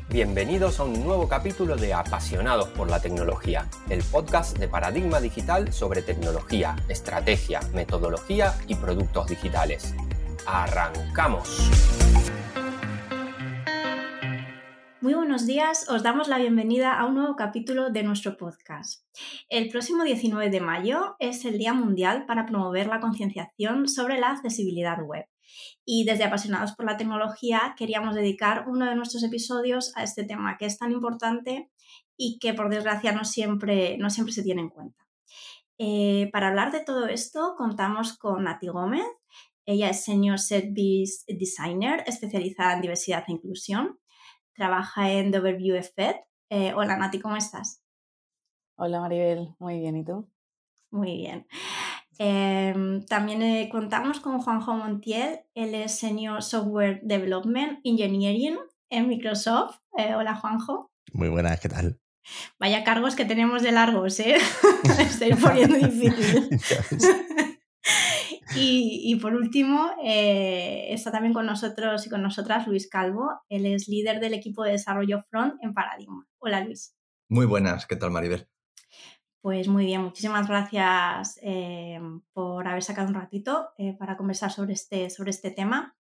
Bienvenidos a un nuevo capítulo de Apasionados por la Tecnología, el podcast de Paradigma Digital sobre tecnología, estrategia, metodología y productos digitales. ¡Arrancamos! Muy buenos días, os damos la bienvenida a un nuevo capítulo de nuestro podcast. El próximo 19 de mayo es el Día Mundial para promover la concienciación sobre la accesibilidad web. Y desde Apasionados por la Tecnología queríamos dedicar uno de nuestros episodios a este tema que es tan importante y que por desgracia no siempre se tiene en cuenta. Para hablar de todo esto contamos con Nati Gómez. Ella es Senior Service Designer especializada en diversidad e inclusión. Trabaja en The Overview Effect. Hola Nati, ¿cómo estás? Hola Maribel, muy bien, ¿y tú? Muy bien. También contamos con Juanjo Montiel, él es Senior Software Development Engineering en Microsoft. Hola Juanjo. Muy buenas, ¿qué tal? Vaya cargos que tenemos de largos, ¿eh? Me estoy poniendo difícil. Y por último, está también con nosotros y con nosotras Luis Calvo. Él es líder del equipo de desarrollo Front en Paradigma. Hola Luis. Muy buenas, ¿qué tal Maribel? Pues muy bien, muchísimas gracias por haber sacado un ratito para conversar sobre este tema.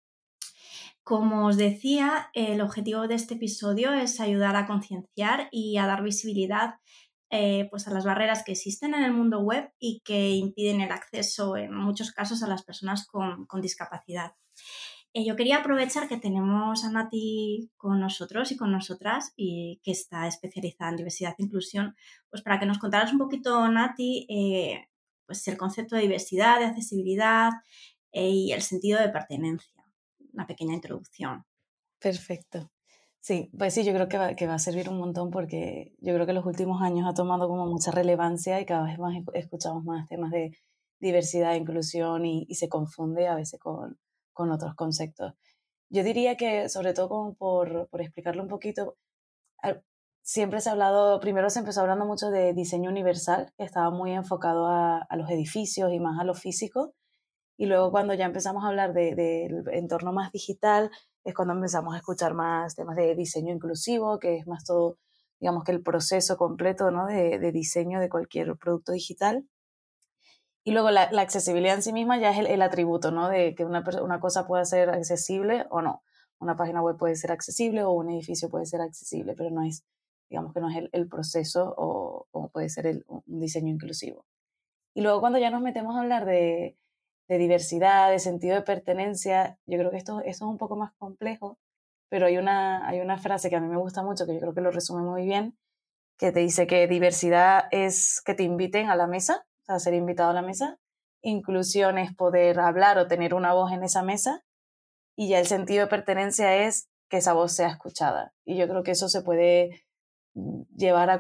Como os decía, el objetivo de este episodio es ayudar a concienciar y a dar visibilidad pues a las barreras que existen en el mundo web y que impiden el acceso en muchos casos a las personas con discapacidad. Yo quería aprovechar que tenemos a Nati con nosotros y con nosotras y que está especializada en diversidad e inclusión, pues para que nos contaras un poquito, Nati, pues el concepto de diversidad, de accesibilidad y el sentido de pertenencia. Una pequeña introducción. Perfecto. Sí, pues sí, yo creo que va a servir un montón porque yo creo que en los últimos años ha tomado como mucha relevancia y cada vez más escuchamos más temas de diversidad e inclusión y se confunde a veces con otros conceptos. Yo diría que, sobre todo como por explicarlo un poquito, siempre primero se empezó hablando mucho de diseño universal, que estaba muy enfocado a los edificios y más a lo físico. Y luego cuando ya empezamos a hablar del entorno más digital, es cuando empezamos a escuchar más temas de diseño inclusivo, que es más todo, digamos que el proceso completo, ¿no? de diseño de cualquier producto digital. Y luego la accesibilidad en sí misma ya es el atributo, ¿no? De que una cosa pueda ser accesible o no. Una página web puede ser accesible o un edificio puede ser accesible, pero no es, digamos que no es el proceso o como puede ser un diseño inclusivo. Y luego cuando ya nos metemos a hablar de diversidad, de sentido de pertenencia, yo creo que esto es un poco más complejo, pero hay una frase que a mí me gusta mucho, que yo creo que lo resume muy bien, que te dice que diversidad es que te inviten a la mesa, o sea, ser invitado a la mesa, inclusión es poder hablar o tener una voz en esa mesa, y ya el sentido de pertenencia es que esa voz sea escuchada. Y yo creo que eso se puede llevar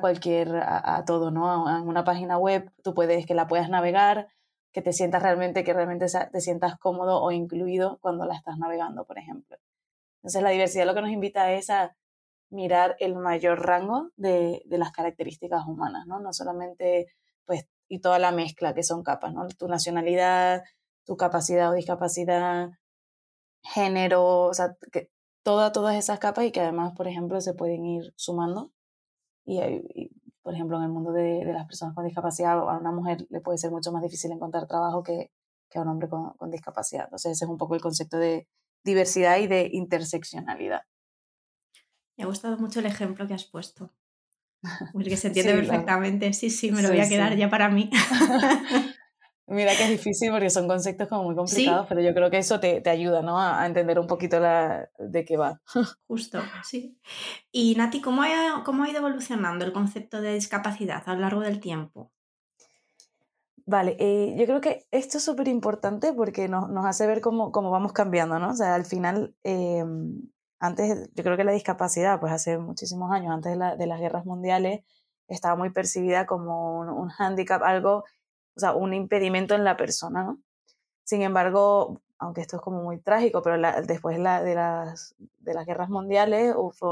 a todo, ¿no? En una página web tú que la puedas navegar, que te sientas que realmente te sientas cómodo o incluido cuando la estás navegando, por ejemplo. Entonces la diversidad lo que nos invita es a mirar el mayor rango de las características humanas, ¿no? No solamente, pues, y toda la mezcla que son capas, ¿no? Tu nacionalidad, tu capacidad o discapacidad, género, o sea, que todas esas capas y que además, por ejemplo, se pueden ir sumando. Y, por ejemplo, en el mundo de las personas con discapacidad, a una mujer le puede ser mucho más difícil encontrar trabajo que a un hombre con discapacidad. Entonces, ese es un poco el concepto de diversidad y de interseccionalidad. Me ha gustado mucho el ejemplo que has puesto, porque se entiende Sí, perfectamente. Sí, me lo voy a quedar ya para mí. Mira que es difícil porque son conceptos como muy complicados, Sí. pero yo creo que eso te ayuda, ¿no? a entender un poquito de qué va. Justo, sí. Y Nati, ¿cómo ha ido evolucionando el concepto de discapacidad a lo largo del tiempo? Vale, yo creo que esto es súper importante porque nos hace ver cómo vamos cambiando, ¿no? O sea, al final, antes, yo creo que la discapacidad, pues hace muchísimos años, antes de las guerras mundiales, estaba muy percibida como un hándicap, algo, o sea, un impedimento en la persona, ¿no? Sin embargo, aunque esto es como muy trágico, pero después de las guerras mundiales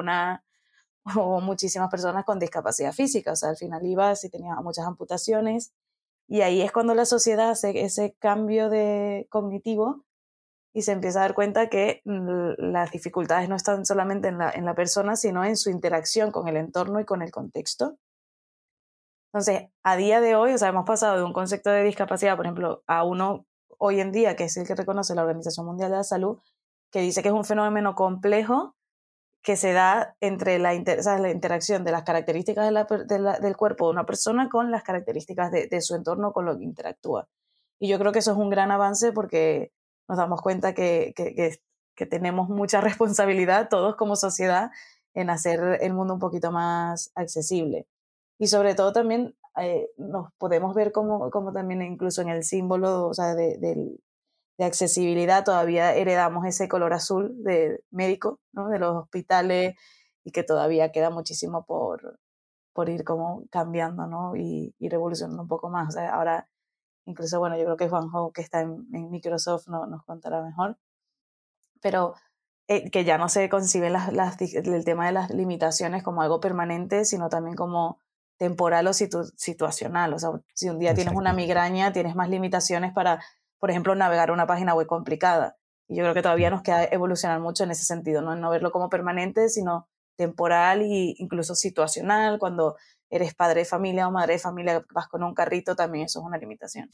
hubo muchísimas personas con discapacidad física, o sea, al final y tenía muchas amputaciones, y ahí es cuando la sociedad hace ese cambio cognitivo y se empieza a dar cuenta que las dificultades no están solamente en la persona, sino en su interacción con el entorno y con el contexto. Entonces, a día de hoy, o sea, hemos pasado de un concepto de discapacidad, por ejemplo, a uno hoy en día, que es el que reconoce la Organización Mundial de la Salud, que dice que es un fenómeno complejo que se da entre la interacción de las características del cuerpo de una persona con las características de su entorno con lo que interactúa. Y yo creo que eso es un gran avance porque nos damos cuenta que tenemos mucha responsabilidad todos como sociedad en hacer el mundo un poquito más accesible. Y sobre todo también nos podemos ver como también incluso en el símbolo, o sea, de accesibilidad todavía heredamos ese color azul de médico, ¿no? De los hospitales, y que todavía queda muchísimo por ir como cambiando, ¿no? Y revolucionando un poco más. O sea, ahora incluso, bueno, yo creo que Juanjo, que está en Microsoft, nos contará mejor, pero que ya no se concibe el tema de las limitaciones como algo permanente, sino también como temporal o situacional. O sea, si un día tienes una migraña, tienes más limitaciones para, por ejemplo, navegar una página web complicada. Y yo creo que todavía nos queda evolucionar mucho en ese sentido, ¿no? No verlo como permanente, sino temporal e incluso situacional. Cuando eres padre de familia o madre de familia, vas con un carrito, también eso es una limitación.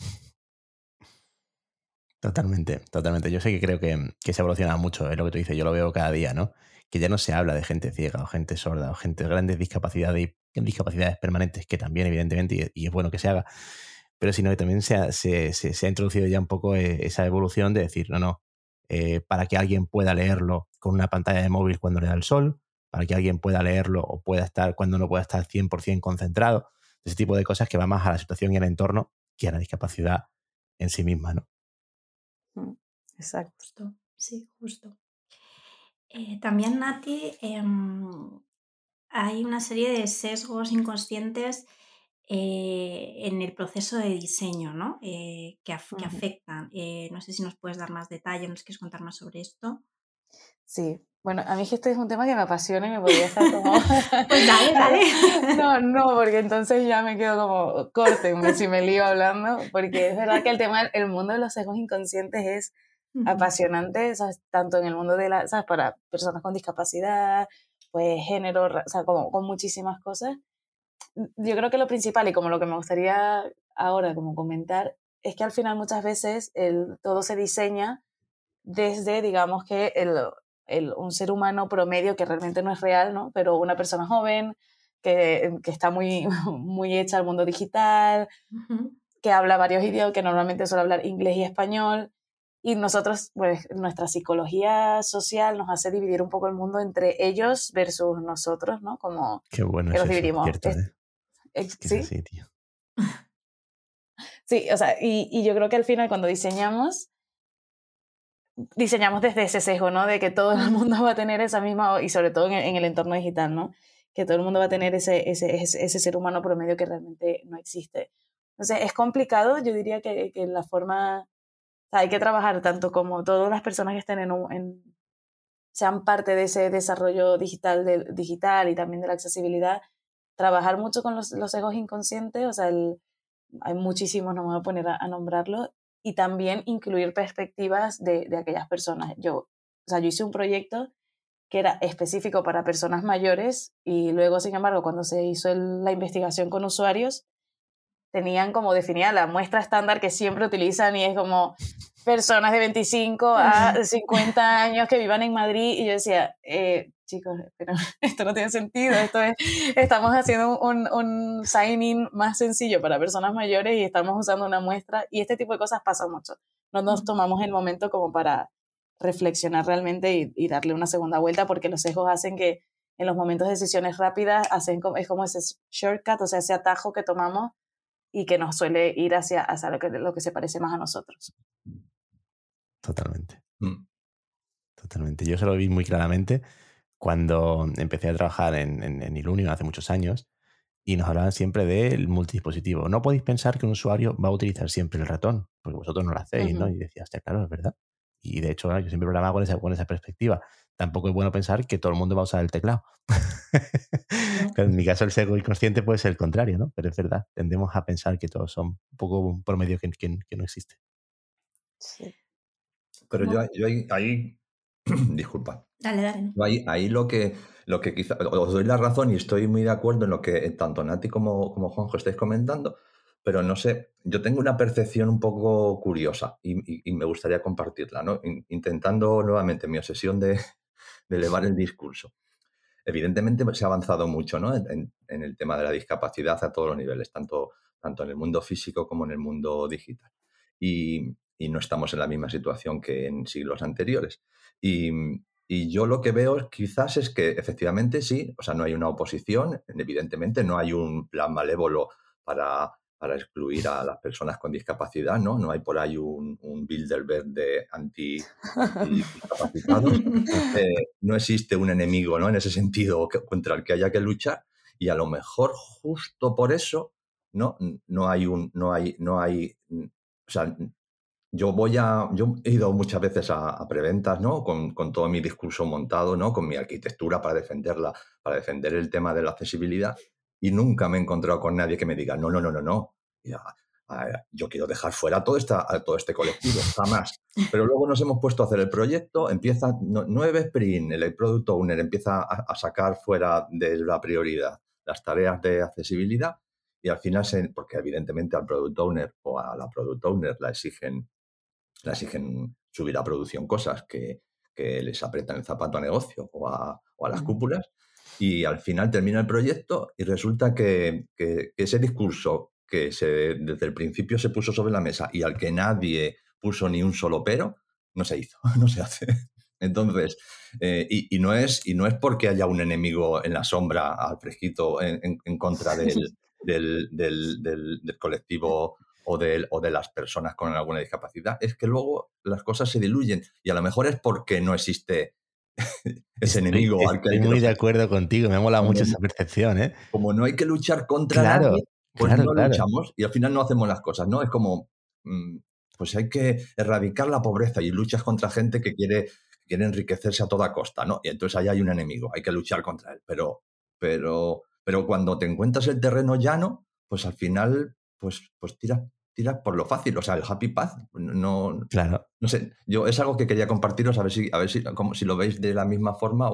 Totalmente, totalmente. Yo sé que creo que se evoluciona mucho, es lo que tú dices, yo lo veo cada día, ¿no? Que ya no se habla de gente ciega o gente sorda o gente de grandes discapacidades y discapacidades permanentes, que también, evidentemente, y es bueno que se haga, pero sino que también se ha introducido ya un poco esa evolución de decir, no, para que alguien pueda leerlo con una pantalla de móvil cuando le da el sol, para que alguien pueda leerlo o pueda estar cuando no pueda estar 100% concentrado, ese tipo de cosas que va más a la situación y al entorno que a la discapacidad en sí misma, ¿no? Exacto. Justo, sí, justo. También, Nati, hay una serie de sesgos inconscientes en el proceso de diseño, ¿no? Que afectan. No sé si nos puedes dar más detalles, ¿nos quieres contar más sobre esto? Sí, bueno, a mí este es un tema que me apasiona y me podría estar como... Pues dale. No, porque entonces ya me quedo como, córtenme si me lío hablando, porque es verdad que el mundo de los sesgos inconscientes es apasionante, ¿sabes? Tanto en el mundo ¿sabes? Para personas con discapacidad, pues género, o sea, como con muchísimas cosas. Yo creo que lo principal y como lo que me gustaría ahora como comentar es que al final muchas veces todo se diseña desde, digamos que un ser humano promedio que realmente no es real, ¿no? Pero una persona joven que está muy, muy hecha al mundo digital, que habla varios idiomas, que normalmente suele hablar inglés y español. Y nosotros, pues, nuestra psicología social nos hace dividir un poco el mundo entre ellos versus nosotros, ¿no? Como qué bueno que es nos eso, dividimos. cierto, Es que ¿sí? es así, tío. Sí, o sea, y yo creo que al final cuando diseñamos desde ese sesgo, ¿no? De que todo el mundo va a tener esa misma, y sobre todo en el entorno digital, ¿no? Que todo el mundo va a tener ese ser humano promedio que realmente no existe. Entonces, es complicado, yo diría que la forma... O sea, hay que trabajar tanto como todas las personas que estén sean parte de ese desarrollo digital y también de la accesibilidad, trabajar mucho con los sesgos inconscientes, o sea, hay muchísimos, no me voy a poner a nombrarlos, y también incluir perspectivas de aquellas personas. Yo hice un proyecto que era específico para personas mayores y luego, sin embargo, cuando se hizo la investigación con usuarios, tenían como definida la muestra estándar que siempre utilizan y es como personas de 25 a 50 años que vivan en Madrid, y yo decía, chicos, pero esto no tiene sentido, estamos haciendo un sign-in más sencillo para personas mayores y estamos usando una muestra, y este tipo de cosas pasa mucho. No nos tomamos el momento como para reflexionar realmente y darle una segunda vuelta, porque los sesgos hacen que en los momentos de decisiones rápidas es como ese shortcut, o sea, ese atajo que tomamos y que nos suele ir hacia lo que se parece más a nosotros. Totalmente. Totalmente. Yo se lo vi muy claramente cuando empecé a trabajar en Ilunion hace muchos años y nos hablaban siempre del multidispositivo. No podéis pensar que un usuario va a utilizar siempre el ratón, porque vosotros no lo hacéis, ¿no? Y decía, hostia, claro, es verdad. Y de hecho, yo siempre hablaba con esa perspectiva. Tampoco es bueno pensar que todo el mundo va a usar el teclado. En mi caso, el sesgo inconsciente puede ser el contrario, ¿no? Pero es verdad, tendemos a pensar que todos son un poco un promedio que no existe. Sí. Pero yo ahí disculpa. Dale. Ahí lo que quizá os doy la razón y estoy muy de acuerdo en lo que tanto Nati como Juanjo estáis comentando, pero no sé, yo tengo una percepción un poco curiosa y me gustaría compartirla, ¿no? Intentando nuevamente mi obsesión de elevar el discurso. Evidentemente se ha avanzado mucho, ¿no? en el tema de la discapacidad a todos los niveles, tanto en el mundo físico como en el mundo digital. Y no estamos en la misma situación que en siglos anteriores. Y yo lo que veo quizás es que efectivamente sí, o sea, no hay una oposición, evidentemente no hay un plan malévolo para excluir a las personas con discapacidad, ¿no? No hay por ahí un Bilderberg de antidiscapacitados. No existe un enemigo, ¿no? En ese sentido contra el que haya que luchar, y a lo mejor justo por eso no hay o sea, yo he ido muchas veces a preventas, ¿no? Con todo mi discurso montado, ¿no? Con mi arquitectura para defender el tema de la accesibilidad, y nunca me he encontrado con nadie que me diga no. Yo quiero dejar fuera a todo este colectivo, jamás. Pero luego nos hemos puesto a hacer el proyecto, empieza 9 sprint, el Product Owner empieza a sacar fuera de la prioridad las tareas de accesibilidad, y al final, porque evidentemente al Product Owner o a la Product Owner la exigen subir a producción cosas que les aprietan el zapato a negocio o a las cúpulas, y al final termina el proyecto y resulta que ese discurso que desde el principio se puso sobre la mesa y al que nadie puso ni un solo pero, no se hizo, no se hace. Entonces, y no es porque haya un enemigo en la sombra al fresquito en contra del colectivo o de las personas con alguna discapacidad, es que luego las cosas se diluyen, y a lo mejor es porque no existe ese enemigo al que hay que... Estoy muy de acuerdo contigo, me mola mucho esa percepción, ¿eh? Como no hay que luchar contra nadie, pues claro. luchamos y al final no hacemos las cosas, ¿no? Es como, pues hay que erradicar la pobreza y luchas contra gente que quiere enriquecerse a toda costa, ¿no? Y entonces ahí hay un enemigo, hay que luchar contra él. Pero cuando te encuentras el terreno llano, pues al final, pues tiras por lo fácil, o sea, el happy path. No sé, yo es algo que quería compartiros, a ver si lo veis de la misma forma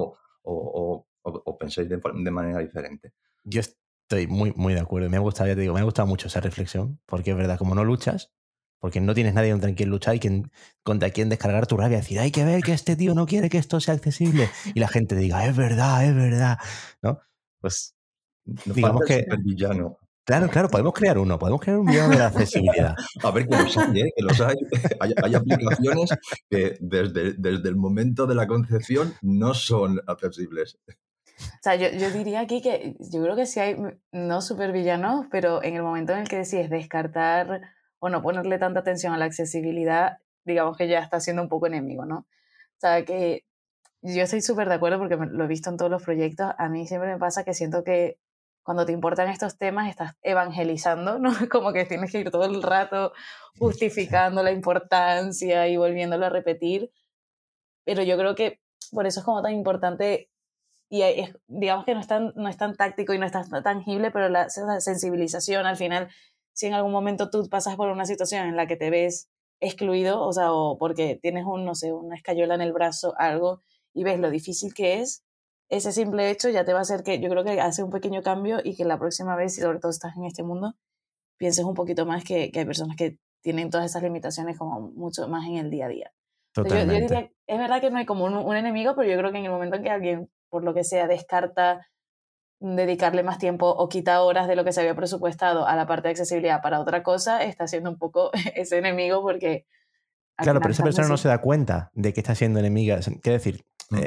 o pensáis de manera diferente. Yo estoy muy, muy de acuerdo. Me ha gustado mucho esa reflexión, porque es verdad, como no luchas, porque no tienes nadie contra quien luchar y contra quien descargar tu rabia, decir, hay que ver que este tío no quiere que esto sea accesible, y la gente diga, es verdad, ¿no? Pues digamos que... Villano. Claro, podemos crear un villano de la accesibilidad. A ver, que los hay. Hay aplicaciones que desde el momento de la concepción no son accesibles. O sea, yo diría aquí que yo creo que sí hay, no supervillanos, pero en el momento en el que decides descartar o no ponerle tanta atención a la accesibilidad, digamos que ya está siendo un poco enemigo, ¿no? O sea, que yo estoy súper de acuerdo porque lo he visto en todos los proyectos. A mí siempre me pasa que siento que cuando te importan estos temas estás evangelizando, ¿no? Como que tienes que ir todo el rato justificando la importancia y volviéndolo a repetir. Pero yo creo que por eso es como tan importante, y digamos que no es tan táctico y no es tan tangible, pero la sensibilización al final, si en algún momento tú pasas por una situación en la que te ves excluido, o sea, o porque tienes una escayola en el brazo, algo, y ves lo difícil que es, ese simple hecho ya te va a hacer que yo creo que hace un pequeño cambio y que la próxima vez, y sobre todo estás en este mundo, pienses un poquito más que hay personas que tienen todas esas limitaciones como mucho más en el día a día. Totalmente. Yo diría, es verdad que no hay como un enemigo, pero yo creo que en el momento en que alguien, por lo que sea, descarta dedicarle más tiempo o quita horas de lo que se había presupuestado a la parte de accesibilidad para otra cosa, está siendo un poco ese enemigo porque... Claro, pero esa persona no se da cuenta de que está siendo enemiga. Quiero decir,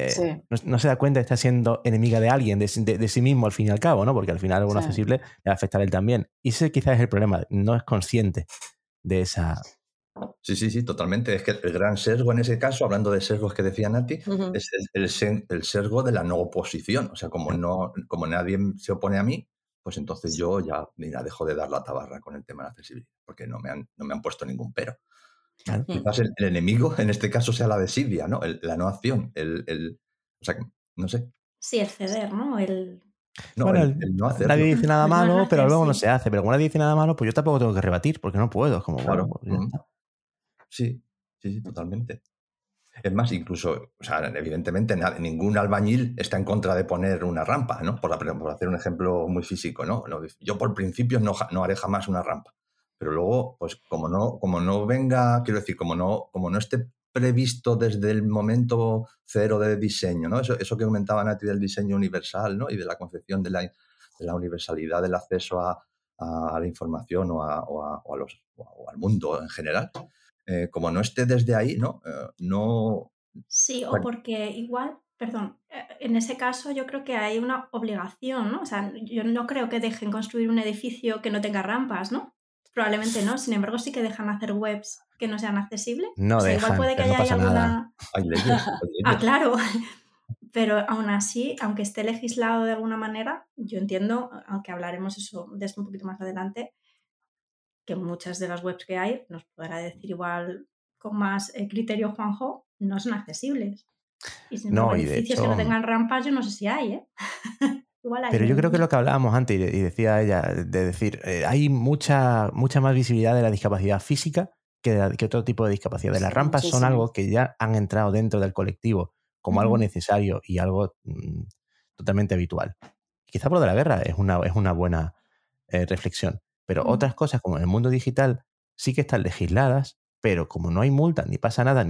no se da cuenta de que está siendo enemiga de alguien, de sí mismo al fin y al cabo, ¿no? Porque al final algo accesible le va a afectar a él también. Y ese quizás es el problema, no es consciente de esa... Sí, totalmente. Es que el gran sesgo en ese caso, hablando de sesgos que decía Nati, es el sesgo de la no oposición. O sea, como nadie se opone a mí, pues entonces yo ya dejo de dar la tabarra con el tema de la accesibilidad, porque no me han puesto ningún pero. Claro. Quizás el enemigo en este caso sea la desidia, ¿no? La no acción. O sea, no sé. Sí, el ceder, ¿no? El no hacerlo. Nadie dice nada malo, pero luego no se hace. Pero como nadie dice nada malo, pues yo tampoco tengo que rebatir, porque no puedo. Es como, claro. Bueno, pues ya está. Sí, totalmente. Es más, incluso, o sea, evidentemente ningún albañil está en contra de poner una rampa, ¿no? Por hacer un ejemplo muy físico, ¿no? Yo por principio no haré jamás una rampa. Pero luego, pues como no venga, quiero decir, como no esté previsto desde el momento cero de diseño, ¿no? Eso que comentaba Nati del diseño universal, ¿no? Y de la concepción de la universalidad del acceso a la información o al mundo en general. Como no esté desde ahí, ¿no? No. Sí, o Bueno, porque igual, perdón, en ese caso yo creo que hay una obligación, ¿no? O sea, yo no creo que dejen construir un edificio que no tenga rampas, ¿no? Probablemente no, sin embargo sí que dejan hacer webs que no sean accesibles. O No sea, igual dejan, puede que pero no haya ahí pasa nada. alguna... hay leyes, hay Ah, leyes. claro, pero aún así, aunque esté legislado de alguna manera, yo entiendo, aunque hablaremos eso, de esto un poquito más adelante, que muchas de las webs que hay, nos podrá decir igual con más criterio Juanjo, no son accesibles. Y sin embargo, No, y de edificios que no hecho, tengan rampas, yo no sé si hay, ¿eh? Igual hay pero yo creo que alguno. lo que hablábamos antes, y decía ella, de decir, hay mucha más visibilidad de la discapacidad física que otro tipo de discapacidad. Las Sí, rampas son muchísimo. algo que ya han entrado dentro del colectivo como algo necesario y algo totalmente habitual. Quizá por lo de la guerra es una buena reflexión. Pero otras cosas, como en el mundo digital, sí que están legisladas, pero como no hay multas, ni pasa nada,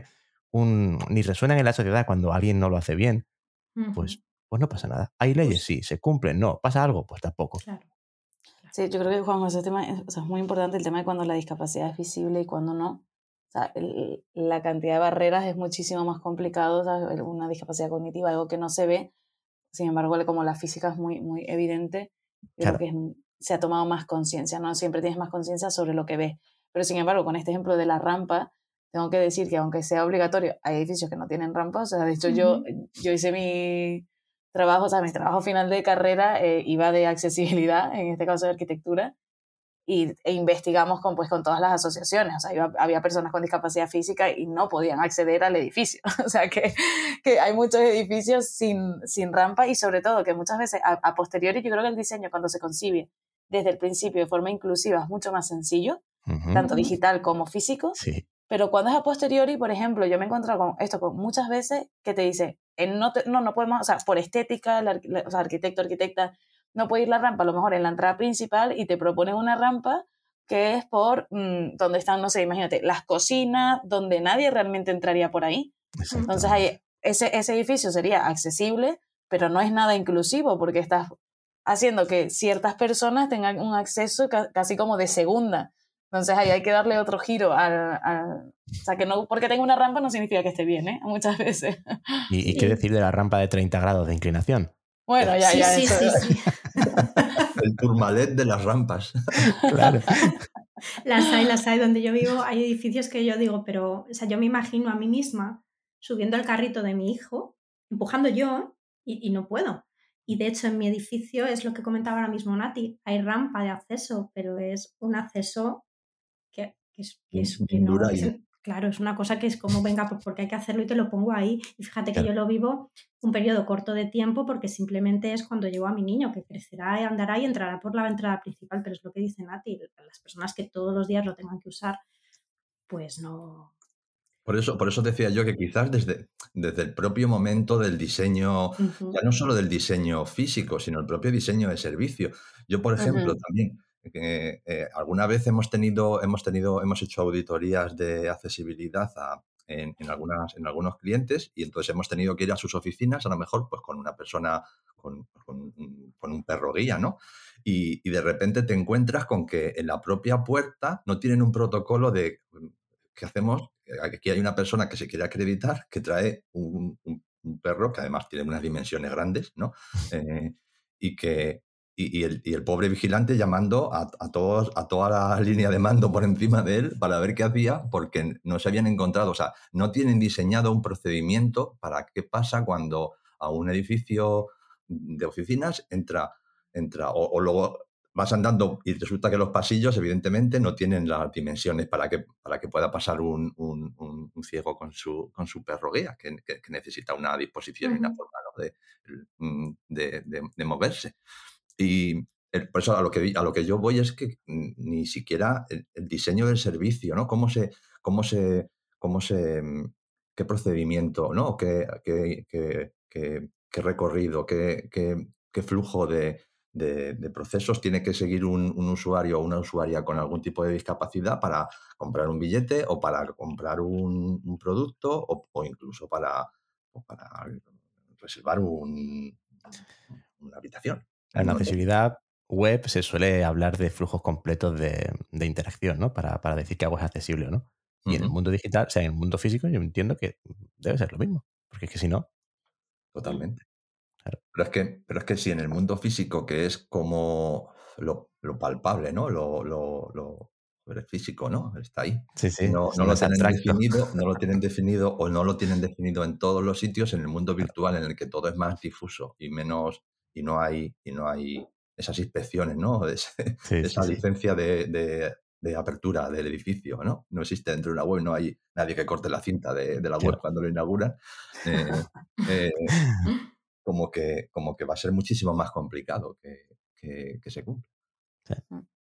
ni resuenan en la sociedad cuando alguien no lo hace bien, pues no pasa nada. ¿Hay leyes? Pues, Sí. ¿Se cumplen? No. ¿Pasa algo? Pues tampoco. Claro. sí, yo creo que, Juan, ese tema o sea, es muy importante, el tema de cuando la discapacidad es visible y cuando no. O sea, la cantidad de barreras es muchísimo más complicado. O sea, una discapacidad cognitiva, algo que no se ve. Sin embargo, como la física es muy, muy evidente, yo creo Claro. que se ha tomado más conciencia, ¿no? Siempre tienes más conciencia sobre lo que ves. Pero sin embargo, con este ejemplo de la rampa, tengo que decir que aunque sea obligatorio, hay edificios que no tienen rampa. O sea, de hecho, yo hice mi trabajo, o sea, mi trabajo final de carrera iba de accesibilidad, en este caso de arquitectura, e investigamos con todas las asociaciones. O sea, había personas con discapacidad física y no podían acceder al edificio. O sea, que hay muchos edificios sin rampa y sobre todo que muchas veces a posteriori yo creo que el diseño cuando se concibe desde el principio de forma inclusiva es mucho más sencillo, tanto digital como físico. Sí. Pero cuando es a posteriori, por ejemplo, yo me he encontrado con esto muchas veces que te dice, no podemos, o sea, por estética, o sea, arquitecta, no puede ir la rampa a lo mejor en la entrada principal y te proponen una rampa que es por donde están, no sé, imagínate, las cocinas, donde nadie realmente entraría por ahí. Entonces ahí, ese edificio sería accesible, pero no es nada inclusivo porque estás haciendo que ciertas personas tengan un acceso casi como de segunda. Entonces ahí hay que darle otro giro o sea, que no porque tenga una rampa no significa que esté bien, ¿eh? Muchas veces. ¿Y qué decir de la rampa de 30 grados de inclinación? Bueno, ya, Sí. El turmalet de las rampas. Claro. Las hay. Donde yo vivo hay edificios que yo digo, pero, o sea, yo me imagino a mí misma subiendo el carrito de mi hijo, empujando yo y no puedo. Y de hecho en mi edificio es lo que comentaba ahora mismo Nati, hay rampa de acceso, pero es un acceso que Bien no, dura claro, es una cosa que es como, venga, pues porque hay que hacerlo y te lo pongo ahí. Y fíjate que Claro. yo lo vivo un periodo corto de tiempo porque simplemente es cuando llevo a mi niño, que crecerá y andará y entrará por la entrada principal, pero es lo que dice Nati, las personas que todos los días lo tengan que usar, pues no. Por eso decía yo que quizás desde el propio momento del diseño, ya no solo del diseño físico, sino el propio diseño de servicio. Yo, por ejemplo, también, alguna vez hemos hecho auditorías de accesibilidad en algunos clientes y entonces hemos tenido que ir a sus oficinas, a lo mejor pues con una persona, con un perro guía, ¿no? Y de repente te encuentras con que en la propia puerta no tienen un protocolo de ¿qué hacemos? Aquí hay una persona que se quiere acreditar, que trae un perro que además tiene unas dimensiones grandes, ¿no? Y el pobre vigilante llamando a toda la línea de mando por encima de él para ver qué hacía, porque no se habían encontrado, o sea, no tienen diseñado un procedimiento para qué pasa cuando a un edificio de oficinas entra o luego vas andando y resulta que los pasillos, evidentemente, no tienen las dimensiones para que pueda pasar un ciego con su perro guía, que necesita una disposición y una forma, ¿no? de moverse. Y por eso a lo que yo voy es que ni siquiera el diseño del servicio, ¿no? Cómo se qué procedimiento, ¿no? Qué recorrido, qué flujo de procesos tiene que seguir un usuario o una usuaria con algún tipo de discapacidad para comprar un billete o para comprar un producto o incluso para reservar una habitación En en un hotel. accesibilidad web se suele hablar de flujos completos de interacción, ¿no? Para decir que algo es accesible o no. Y en el mundo digital, o sea, en el mundo físico, yo entiendo que debe ser lo mismo. Porque es que si no, Totalmente. claro. Pero es que si en el mundo físico, que es como lo palpable, ¿no? Lo físico, ¿no? Está ahí. Sí, sí, No no lo es tienen abstracto. definido o no lo tienen definido en todos los sitios, en el mundo virtual en el que todo es más difuso y no hay esas inspecciones, ¿no? Sí, sí, Esa sí. licencia de apertura del edificio, ¿no? No existe dentro de una web, no hay nadie que corte la cinta de la web Claro. cuando lo inauguran. Eh, como que va a ser muchísimo más complicado que se cumpla. Sí.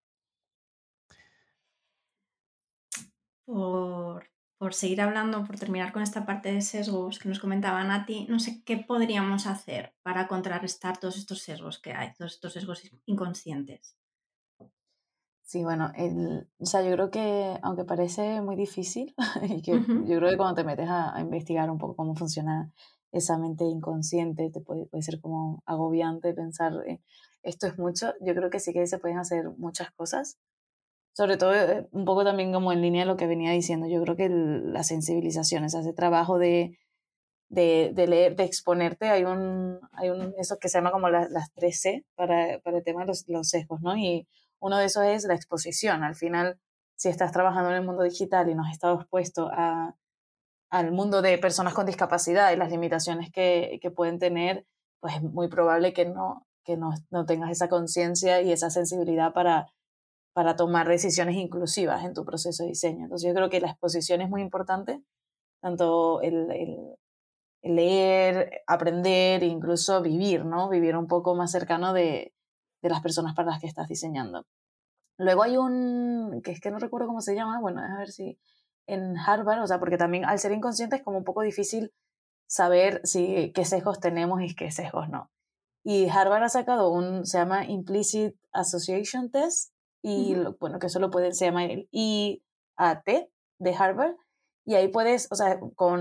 Por seguir hablando, por terminar con esta parte de sesgos que nos comentaba Nati, no sé qué podríamos hacer para contrarrestar todos estos sesgos que hay, todos estos sesgos inconscientes. Sí, bueno, o sea, yo creo que aunque parece muy difícil, y que Ujú. yo creo que cuando te metes a investigar un poco cómo funciona esa mente inconsciente, te puede ser como agobiante pensar, esto es mucho, yo creo que sí que se pueden hacer muchas cosas, sobre todo un poco también como en línea de lo que venía diciendo, yo creo que la sensibilización, ese trabajo de leer, de exponerte, hay eso que se llama como las 3C para el tema de los sesgos, ¿no? Y uno de esos es la exposición. Al final, si estás trabajando en el mundo digital y no has estado expuesto al mundo de personas con discapacidad y las limitaciones que pueden tener, pues es muy probable que no tengas esa conciencia y esa sensibilidad para tomar decisiones inclusivas en tu proceso de diseño. Entonces yo creo que la exposición es muy importante, tanto el leer, aprender, incluso vivir, ¿no? Vivir un poco más cercano de las personas para las que estás diseñando. Luego hay que es que no recuerdo cómo se llama, bueno, a ver si en Harvard, o sea, porque también al ser inconsciente es como un poco difícil saber qué sesgos tenemos y qué sesgos no. Y Harvard ha sacado se llama Implicit Association Test, y bueno, que eso se llama el IAT de Harvard, y ahí puedes, o sea,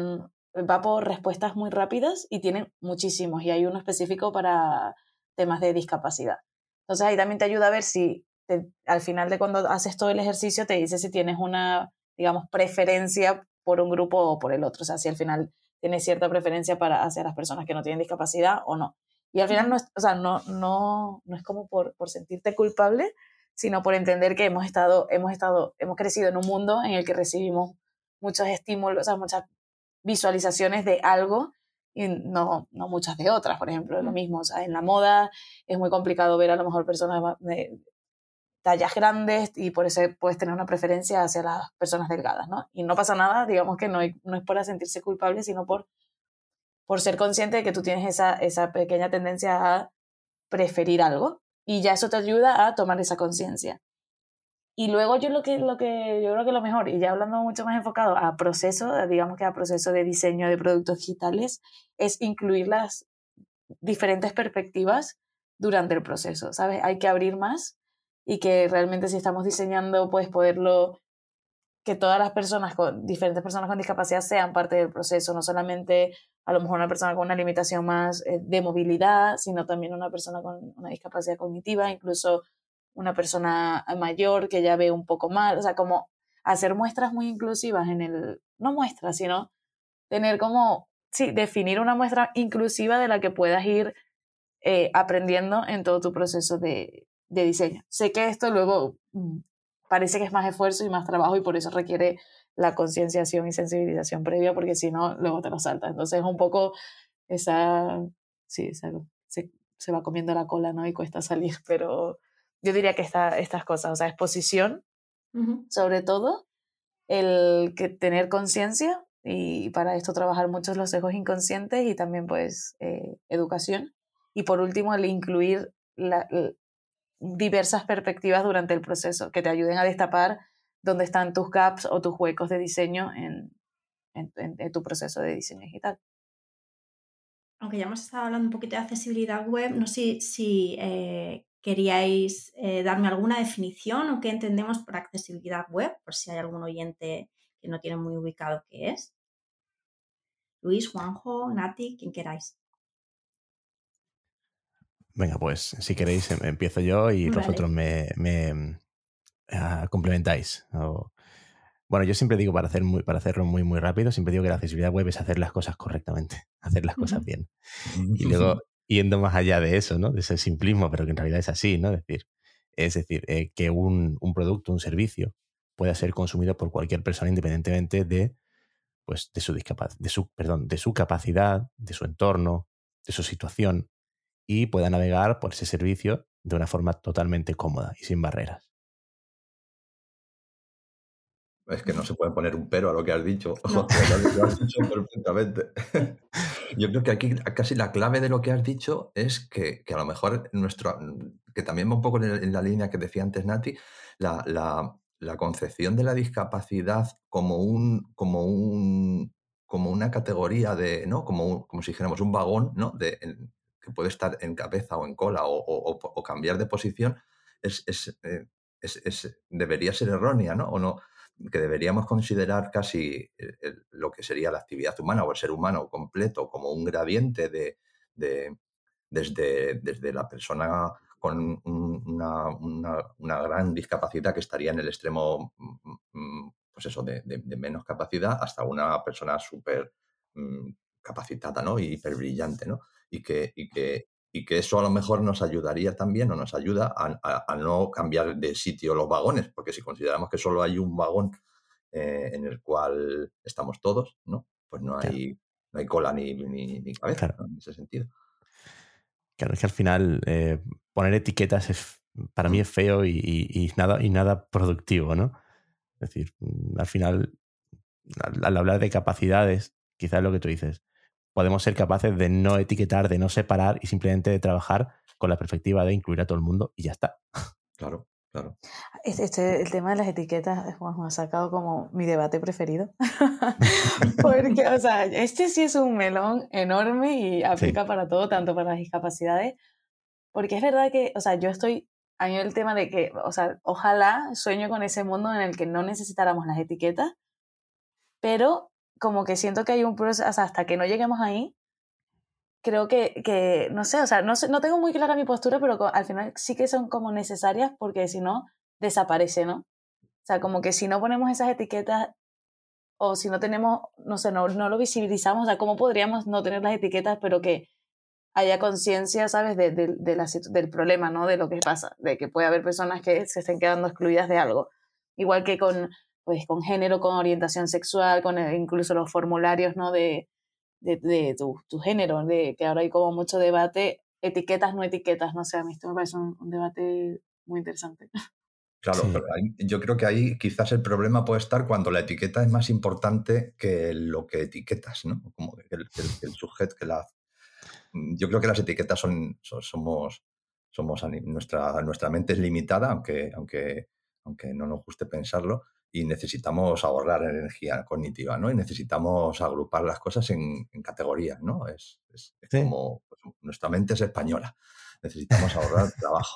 va por respuestas muy rápidas y tienen muchísimos, y hay uno específico para temas de discapacidad. Entonces ahí también te ayuda a ver si al final de cuando haces todo el ejercicio te dice si tienes una, digamos, preferencia por un grupo o por el otro, o sea, si al final tienes cierta preferencia hacia las personas que no tienen discapacidad o no. Y al final no es, o sea, no es como por sentirte culpable, sino por entender que hemos crecido en un mundo en el que recibimos muchos estímulos, o sea, muchas visualizaciones de algo y no muchas de otras. Por ejemplo, lo mismo, o sea, en la moda es muy complicado ver a lo mejor personas de tallas grandes y por eso puedes tener una preferencia hacia las personas delgadas, ¿no? Y no pasa nada, digamos que no es para sentirse culpable, sino por ser consciente de que tú tienes esa pequeña tendencia a preferir algo y ya eso te ayuda a tomar esa conciencia. Y luego yo yo creo que lo mejor, y ya hablando mucho más enfocado a proceso, digamos que a proceso de diseño de productos digitales, es incluir las diferentes perspectivas durante el proceso, ¿sabes? Hay que abrir más y que realmente si estamos diseñando, pues poderlo, que todas las diferentes personas con discapacidad sean parte del proceso, no solamente a lo mejor una persona con una limitación más de movilidad, sino también una persona con una discapacidad cognitiva, incluso una persona mayor que ya ve un poco mal, o sea, como hacer muestras muy inclusivas no muestras, sino tener como, sí, definir una muestra inclusiva de la que puedas ir aprendiendo en todo tu proceso de diseño. Sé que esto luego parece que es más esfuerzo y más trabajo y por eso requiere la concienciación y sensibilización previa, porque si no, luego te lo saltas. Entonces es un poco se va comiendo la cola, ¿no? Y cuesta salir, pero yo diría que estas cosas, o sea, exposición, sobre todo, el que tener conciencia, y para esto trabajar muchos los sesgos inconscientes y también pues educación. Y por último, el incluir diversas perspectivas durante el proceso que te ayuden a destapar dónde están tus gaps o tus huecos de diseño en tu proceso de diseño digital. Aunque ya hemos estado hablando un poquito de accesibilidad web, no sé si queríais darme alguna definición o qué entendemos por accesibilidad web, por si hay algún oyente que no tiene muy ubicado qué es. Luis, Juanjo, Nati, quien queráis. Venga, pues si queréis empiezo yo y Vale. los otros me complementáis. Bueno, yo siempre digo, para hacerlo muy, muy rápido, siempre digo que la accesibilidad web es hacer las cosas correctamente, hacer las cosas bien. Y luego, yendo más allá de eso, ¿no? De ese simplismo, pero que en realidad es así, ¿no? Es decir, que un producto, un servicio, pueda ser consumido por cualquier persona independientemente de, pues, de su capacidad, de su entorno, de su situación, y pueda navegar por ese servicio de una forma totalmente cómoda y sin barreras. Es que no se puede poner un pero a lo que has dicho. No. Lo has dicho perfectamente. Yo creo que aquí casi la clave de lo que has dicho es que a lo mejor que también va un poco en la línea que decía antes Nati, la concepción de la discapacidad como una categoría de, ¿no? Como si dijéramos un vagón, ¿no? Que puede estar en cabeza o en cola o cambiar de posición, debería ser errónea, ¿no? O no, que deberíamos considerar casi lo que sería la actividad humana o el ser humano completo como un gradiente desde la persona con una gran discapacidad que estaría en el extremo, pues eso, de menos capacidad, hasta una persona súper capacitada, ¿no? Y hiper brillante, ¿no? Y que eso a lo mejor nos ayudaría también o nos ayuda a no cambiar de sitio los vagones, porque si consideramos que solo hay un vagón en el cual estamos todos, ¿no? Pues no hay cola ni cabeza, Claro. ¿no? En ese sentido. Claro, es que al final poner etiquetas para mí es feo y nada productivo, ¿no? Es decir, al final, al hablar de capacidades, quizás lo que tú dices, podemos ser capaces de no etiquetar, de no separar y simplemente de trabajar con la perspectiva de incluir a todo el mundo y ya está. Claro, claro. El tema de las etiquetas, Juanjo, ha sacado como mi debate preferido. Porque, o sea, sí es un melón enorme y aplica para todo, tanto para las discapacidades. Porque es verdad que, o sea, yo estoy a mí el tema de que, o sea, ojalá sueño con ese mundo en el que no necesitáramos las etiquetas, pero como que siento que hay un proceso, o sea, hasta que no lleguemos ahí, creo que no sé, o sea, no tengo muy clara mi postura, pero al final sí que son como necesarias porque si no, desaparece, ¿no? O sea, como que si no ponemos esas etiquetas o si no tenemos, no sé, no lo visibilizamos, o sea, ¿cómo podríamos no tener las etiquetas, pero que haya conciencia, ¿sabes?, del problema, ¿no? De lo que pasa, de que puede haber personas que se estén quedando excluidas de algo. Igual que con género, con orientación sexual, con incluso los formularios, ¿no? De tu género, de que ahora hay como mucho debate, etiquetas, no etiquetas, no sé, a mí esto me parece un debate muy interesante. Claro, Sí. pero yo creo que ahí quizás el problema puede estar cuando la etiqueta es más importante que lo que etiquetas, ¿no? Como que el sujeto que la... Yo creo que las etiquetas nuestra mente es limitada, aunque no nos guste pensarlo, y necesitamos ahorrar energía cognitiva, ¿no? Y necesitamos agrupar las cosas en categorías, ¿no? Es Sí. como pues, nuestra mente es española. Necesitamos ahorrar trabajo.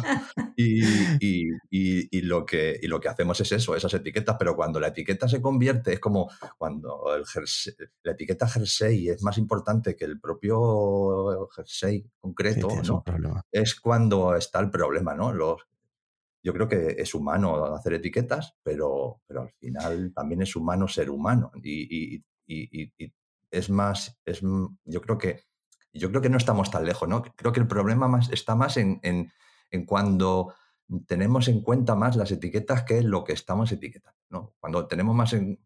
Y lo que hacemos es eso, esas etiquetas, pero cuando la etiqueta se convierte, es como cuando la etiqueta jersey es más importante que el propio jersey concreto, Sí, ¿no? Es cuando está el problema, ¿no? Yo creo que es humano hacer etiquetas, pero al final también es humano ser humano. Y es más, yo creo que no estamos tan lejos, ¿no? Creo que el problema está más en cuando tenemos en cuenta más las etiquetas que lo que estamos etiquetando, ¿no? Cuando tenemos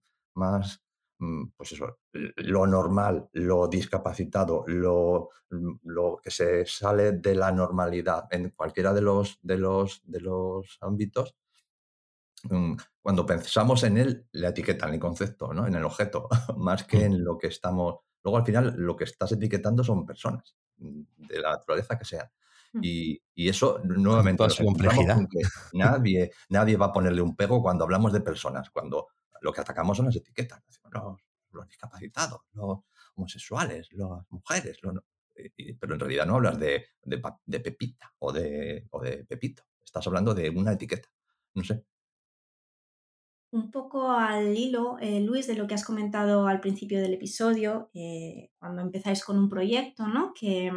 pues eso, lo normal, lo discapacitado, lo que se sale de la normalidad en cualquiera de los ámbitos, cuando pensamos en él, la etiqueta, en el concepto, ¿no? En el objeto, más que en lo que estamos... Luego, al final, lo que estás etiquetando son personas, de la naturaleza que sean. Y eso, Con nuevamente, toda nos su encontramos complejidad. con que nadie va a ponerle un pego cuando hablamos de personas, cuando lo que atacamos son las etiquetas. No, los discapacitados, los homosexuales, las mujeres, pero en realidad no hablas de Pepita o de Pepito. Estás hablando de una etiqueta. No sé. Un poco al hilo, Luis, de lo que has comentado al principio del episodio, cuando empezáis con un proyecto, ¿no? Que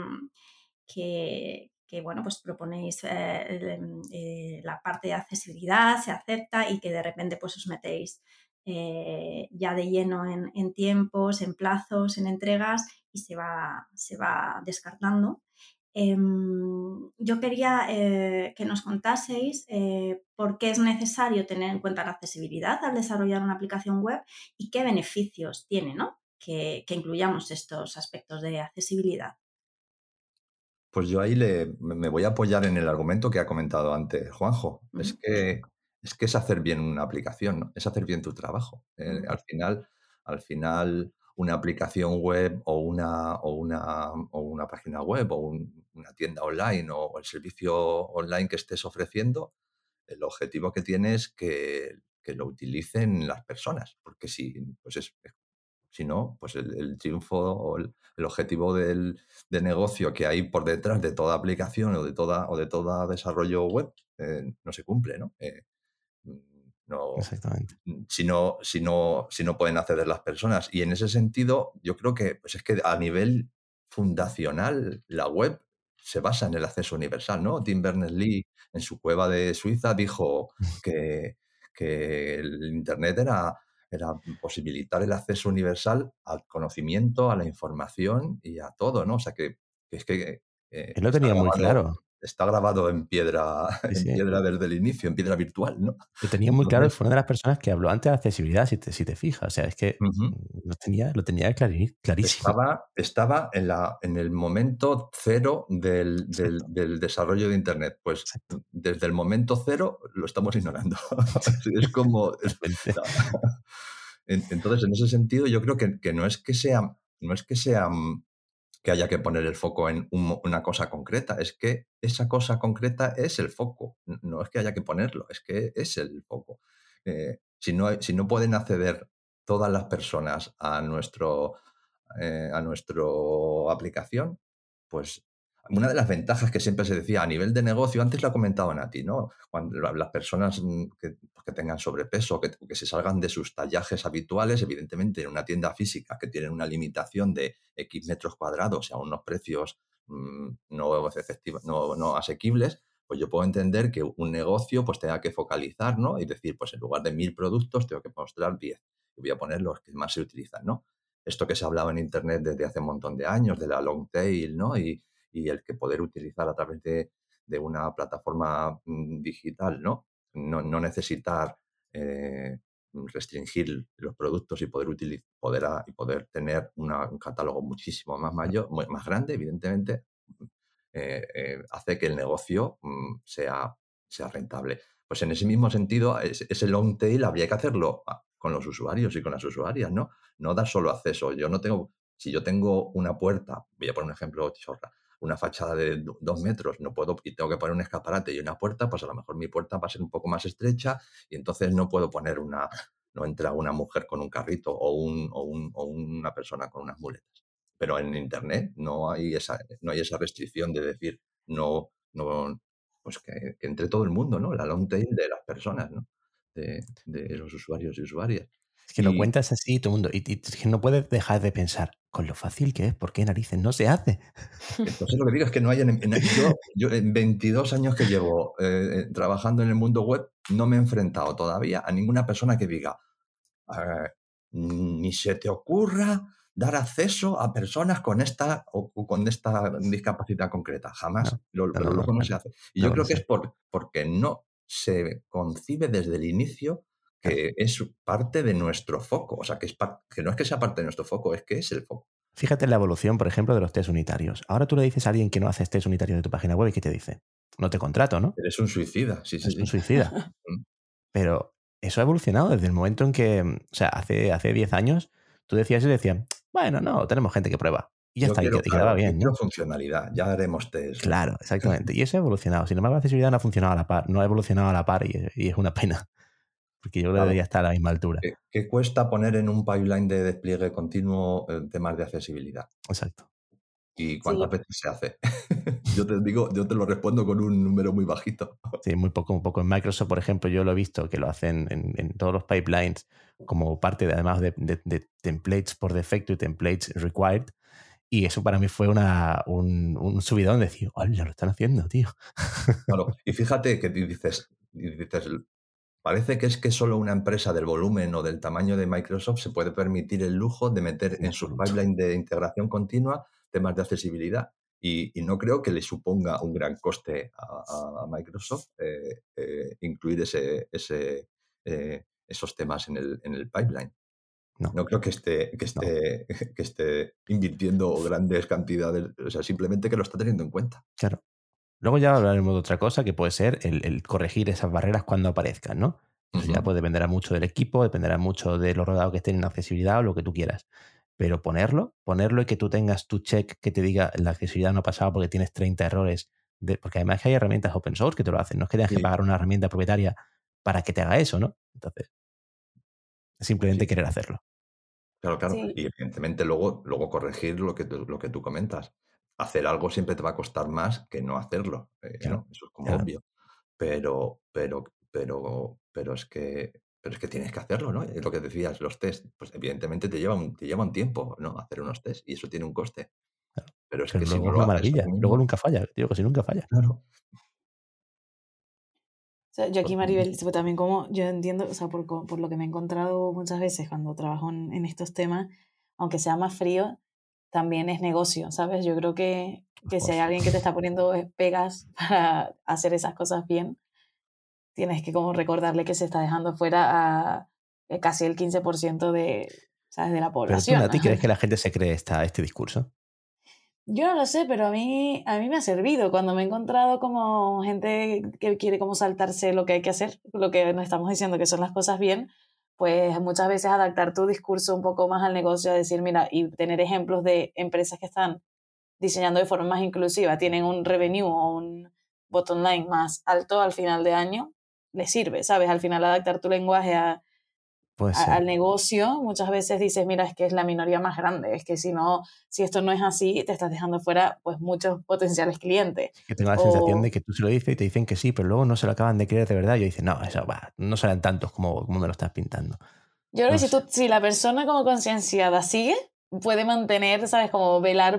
bueno, pues proponéis la parte de accesibilidad, se acepta y que de repente pues os metéis ya de lleno en tiempos, en plazos, en entregas y se va descartando. Yo quería que nos contaseis por qué es necesario tener en cuenta la accesibilidad al desarrollar una aplicación web y qué beneficios tiene, ¿no? que incluyamos estos aspectos de accesibilidad. Pues yo ahí me voy a apoyar en el argumento que ha comentado antes Juanjo. Es que es hacer bien una aplicación, ¿no? Es hacer bien tu trabajo. Al final, una aplicación web o una página web o una tienda online o el servicio online que estés ofreciendo, el objetivo que tiene es que lo utilicen las personas. Porque si no, pues el triunfo o el objetivo de negocio que hay por detrás de toda aplicación o de todo desarrollo web no se cumple, ¿no? No, Exactamente. si no pueden acceder las personas. Y en ese sentido, yo creo que pues es que a nivel fundacional la web se basa en el acceso universal, ¿no? Tim Berners-Lee en su cueva de Suiza dijo que el Internet era posibilitar el acceso universal al conocimiento, a la información y a todo, ¿no? O sea que es que Él lo tenía muy claro. está grabado en piedra, Sí. piedra desde el inicio, en piedra virtual, ¿no? Lo tenía muy claro y fue una de las personas que habló antes de accesibilidad, si te fijas. O sea, es que lo tenía clarísimo. Estaba en el momento cero del desarrollo de Internet. Pues Exacto. desde el momento cero lo estamos ignorando. Es como... Entonces, en ese sentido, yo creo que no es que sea que haya que poner el foco en una cosa concreta, es que esa cosa concreta es el foco. No es que haya que ponerlo, es que es el foco. Si no pueden acceder todas las personas a nuestra aplicación, pues una de las ventajas que siempre se decía a nivel de negocio, antes lo ha comentado Nati, ¿no? Cuando las personas que tengan sobrepeso, que se salgan de sus tallajes habituales, evidentemente en una tienda física que tienen una limitación de X metros cuadrados y a unos precios no asequibles, pues yo puedo entender que un negocio pues tenga que focalizar, ¿no? Y decir, pues en lugar de 1000 productos tengo que mostrar 10 y voy a poner los que más se utilizan, ¿no? Esto que se ha hablado en Internet desde hace un montón de años, de la long tail, ¿no? Y el que poder utilizar a través de una plataforma digital, ¿no? No necesitar restringir los productos y poder tener un catálogo muchísimo más grande, evidentemente, hace que el negocio sea rentable. Pues en ese mismo sentido, ese long tail habría que hacerlo con los usuarios y con las usuarias, ¿no? No dar solo acceso. Si yo tengo una puerta, voy a poner un ejemplo chorra, una fachada de 2 metros, no puedo, y tengo que poner un escaparate y una puerta, pues a lo mejor mi puerta va a ser un poco más estrecha y entonces no puedo poner no entra una mujer con un carrito o una persona con unas muletas. Pero en Internet no hay esa restricción de decir pues que entre todo el mundo, ¿no? La long tail de las personas, ¿no? De los usuarios y usuarias. Es que lo cuentas así todo el mundo. Y que no puedes dejar de pensar, con lo fácil que es, ¿por qué narices no se hace? Entonces lo que digo es que no hay... Yo en 22 años que llevo trabajando en el mundo web, no me he enfrentado todavía a ninguna persona que diga ni se te ocurra dar acceso a personas con esta discapacidad concreta. Jamás. Pero luego no se hace. Y yo creo que es porque no se concibe desde el inicio que es parte de nuestro foco. O sea, que no es que sea parte de nuestro foco, es que es el foco. Fíjate en la evolución, por ejemplo, de los test unitarios. Ahora tú le dices a alguien que no hace test unitarios de tu página web y ¿qué te dice? No te contrato, ¿no? Eres un suicida. Sí. Un suicida. Pero eso ha evolucionado desde el momento en que, o sea, hace 10 años, tú decías y decían, bueno, no, tenemos gente que prueba. Y ya está, y quedaba bien, ¿no? ¿no? Funcionalidad, ya haremos test. Claro, exactamente. Y eso ha evolucionado. Sin embargo, la accesibilidad no ha funcionado a la par, no ha evolucionado a la par y es una pena. porque yo creo que Claro. debería estar a la misma altura. ¿Qué cuesta poner en un pipeline de despliegue continuo temas de accesibilidad? Exacto. ¿Y Sí, cuántas veces se hace? Yo te lo respondo con un número muy bajito. Sí, muy poco, un poco. En Microsoft, por ejemplo, yo lo he visto que lo hacen en todos los pipelines como parte además de templates por defecto y templates required. Y eso para mí fue un subidón de decir, ¡hola, lo están haciendo, tío! Claro, y fíjate que dices, parece que es que solo una empresa del volumen o del tamaño de Microsoft se puede permitir el lujo de meter En en sus absoluto. pipelines de integración continua temas de accesibilidad. Y no creo que le suponga un gran coste a Microsoft incluir esos temas en el pipeline. No, No creo que esté invirtiendo grandes cantidades, o sea, simplemente que lo está teniendo en cuenta. claro. Luego ya hablaremos de otra cosa que puede ser el corregir esas barreras cuando aparezcan, ¿no? Eso ya Ujú. dependerá mucho del equipo, dependerá mucho de los rodados que estén en accesibilidad o lo que tú quieras. Pero ponerlo y que tú tengas tu check que te diga la accesibilidad no ha pasado porque tienes 30 errores. Porque además que hay herramientas open source que te lo hacen. No es que tengas que Sí, pagar una herramienta propietaria para que te haga eso, ¿no? Entonces, es simplemente sí. querer hacerlo. Claro, claro. sí, Y evidentemente luego corregir lo que tú comentas. Hacer algo siempre te va a costar más que no hacerlo, Claro, ¿no? Eso es como claro. obvio. Pero es que tienes que hacerlo, ¿no? Es lo que decías, los test, pues evidentemente te lleva un tiempo, ¿no? Hacer unos test y eso tiene un coste. Claro. Pero es Pero que si luego no es lo una haces maravilla. ahora Luego mismo, nunca falla. Digo que si nunca falla. claro. o sea, yo Pues, aquí, Maribel, tipo, también como yo entiendo, o sea, por lo que me he encontrado muchas veces cuando trabajo en estos temas, aunque sea más frío, también es negocio, ¿sabes? Yo creo Of que si hay course. alguien que te está poniendo pegas para hacer esas cosas bien, tienes que como recordarle que se está dejando fuera a casi el 15% ¿sabes? De la Pero tú, población. Nati, ¿crees que la gente se cree este discurso? Yo no lo sé, pero a mí me ha servido cuando me he encontrado como gente que quiere como saltarse lo que hay que hacer, lo que nos estamos diciendo que son las cosas bien, pues muchas veces adaptar tu discurso un poco más al negocio, a decir, mira, y tener ejemplos de empresas que están diseñando de forma más inclusiva, tienen un revenue o un bottom line más alto al final de año, les sirve, ¿sabes? Al final adaptar tu lenguaje Puede ser. al negocio, muchas veces dices, mira, es que es la minoría más grande, es que si esto no es así, te estás dejando fuera pues muchos potenciales clientes. Que tengo la sensación de O que tú se lo dices y te dicen que sí, pero luego no se lo acaban de creer de verdad. Y yo dicen, no, eso va, no serán tantos como me lo estás pintando. yo creo No que sé. si la persona como concienciada sigue, puede mantener, ¿sabes? Como velar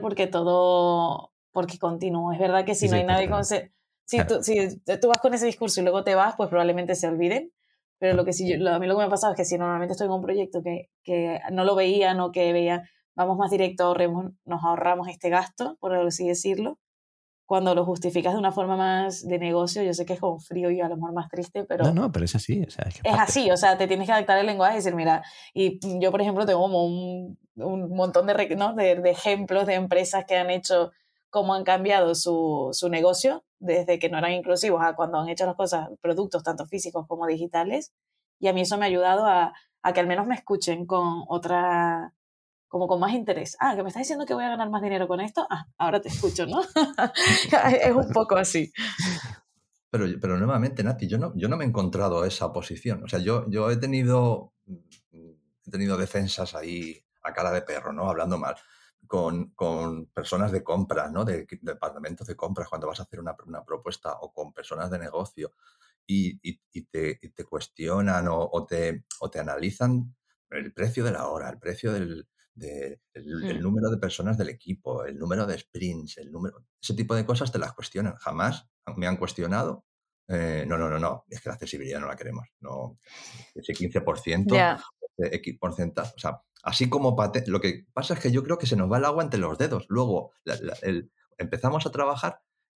porque continúe. Es verdad que Sí, si no sí, hay nadie totalmente. si Claro. tú vas con ese discurso y luego te vas, pues probablemente se olviden. Pero Claro. a mí lo que me ha pasado es que si normalmente estoy en un proyecto que no lo veían o que veía, vamos más directo, nos ahorramos este gasto, por así decirlo, cuando lo justificas de una forma más de negocio, yo sé que es como frío y a lo mejor más triste, No, pero no, pero es así. O sea, es que es es parte. así, o sea, te tienes que adaptar el lenguaje y decir, mira, y yo, por ejemplo, tengo como un montón ¿no? de ejemplos de empresas que han hecho cómo han cambiado su negocio desde que no eran inclusivos a cuando han hecho las cosas, productos tanto físicos como digitales, y a mí eso me ha ayudado a que al menos me escuchen con como con más interés. Ah, que me estás diciendo que voy a ganar más dinero con esto. Ah, ahora te escucho, ¿no? Es un poco así. Pero nuevamente, Nati, yo no me he encontrado esa posición. O sea, yo he tenido defensas ahí a cara de perro, ¿no? Hablando mal, con personas de compras, ¿no? De departamentos de compras cuando vas a hacer una propuesta o con personas de negocio y te cuestionan o te analizan el precio de la hora, el precio el Hmm. número de personas del equipo, el número de sprints, ese tipo de cosas te las cuestionan. Jamás me han cuestionado. No, es que la accesibilidad no la queremos. No, ese 15%, Ya. ese X porcentaje. O sea, así como lo que pasa es que yo creo que se nos va el agua entre los dedos. Luego empezamos a trabajar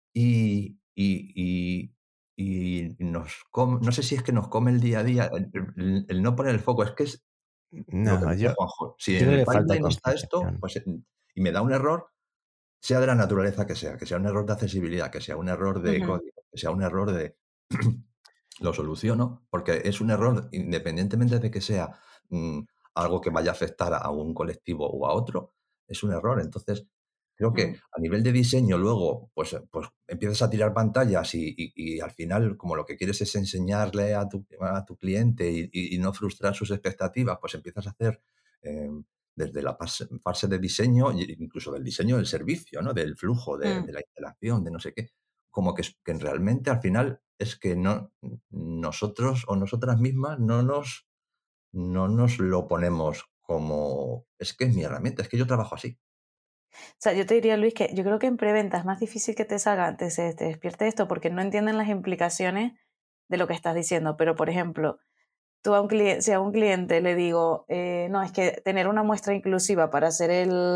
y no sé si es que nos come el día a día el no poner el foco. Es que es lo que No, decía yo Juanjo. Si en creo el que falta pipeline está esto, concienciación. pues, y me da un error, sea de la naturaleza que sea un error de accesibilidad, que sea un error de Ujú. código, que sea un error de... lo soluciono, porque es un error independientemente de que sea algo que vaya a afectar a un colectivo o a otro, es un error. Entonces, Creo que a nivel de diseño luego, pues empiezas a tirar pantallas y al final, como lo que quieres es enseñarle a tu cliente y no frustrar sus expectativas, pues empiezas a hacer desde la fase de diseño, incluso del diseño del servicio, ¿no? Del flujo, de la interacción, de no sé qué. Como que realmente al final es que nosotros o nosotras mismas no nos lo ponemos como, es que es mi herramienta, es que yo trabajo así. O sea, yo te diría, Luis, que yo creo que en preventa es más difícil que te salga, te despierte esto, porque no entienden las implicaciones de lo que estás diciendo. Pero, por ejemplo, tú si a un cliente le digo, no, es que tener una muestra inclusiva para hacer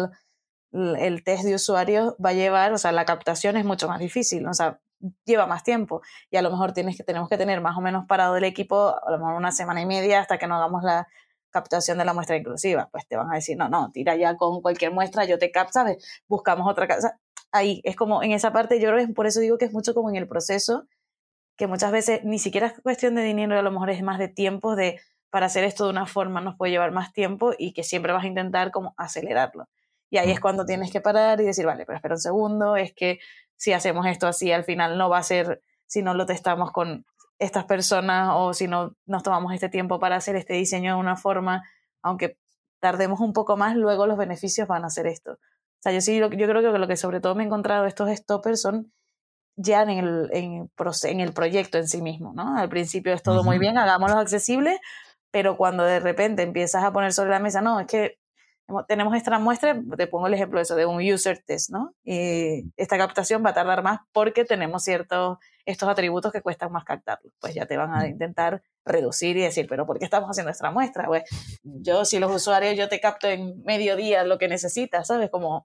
el test de usuarios va a llevar, o sea, la captación es mucho más difícil, ¿no? O sea, lleva más tiempo y a lo mejor tenemos que tener más o menos parado el equipo a lo mejor una semana y media hasta que no hagamos la captación de la muestra inclusiva. Pues te van a decir, no, tira ya con cualquier muestra, yo te capto, ¿sabes? Buscamos otra cosa. Ahí es como en esa parte, yo creo que por eso digo que es mucho como en el proceso, que muchas veces ni siquiera es cuestión de dinero, a lo mejor es más de tiempo, para hacer esto de una forma nos puede llevar más tiempo y que siempre vas a intentar como acelerarlo. Y ahí es cuando tienes que parar y decir, vale, pero espera un segundo, es que si hacemos esto así, al final no va a ser, si no lo testamos con estas personas o si no nos tomamos este tiempo para hacer este diseño de una forma, aunque tardemos un poco más, luego los beneficios van a ser esto. O sea, yo creo que lo que sobre todo me he encontrado estos stoppers son ya en el proyecto en sí mismo, ¿no? Al principio es todo muy bien, hagámoslo accesible, pero cuando de repente empiezas a poner sobre la mesa, no, es que tenemos esta muestra, te pongo el ejemplo de eso, de un user test, ¿no? Y esta captación va a tardar más porque tenemos estos atributos que cuestan más captarlos. Pues ya te van a intentar reducir y decir, pero ¿por qué estamos haciendo esta muestra? Pues si los usuarios, yo te capto en medio día lo que necesitas, ¿sabes? Como...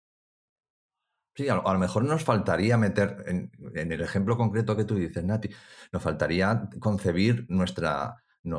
Sí, a lo mejor nos faltaría meter, en el ejemplo concreto que tú dices, Nati, nos faltaría concebir nuestra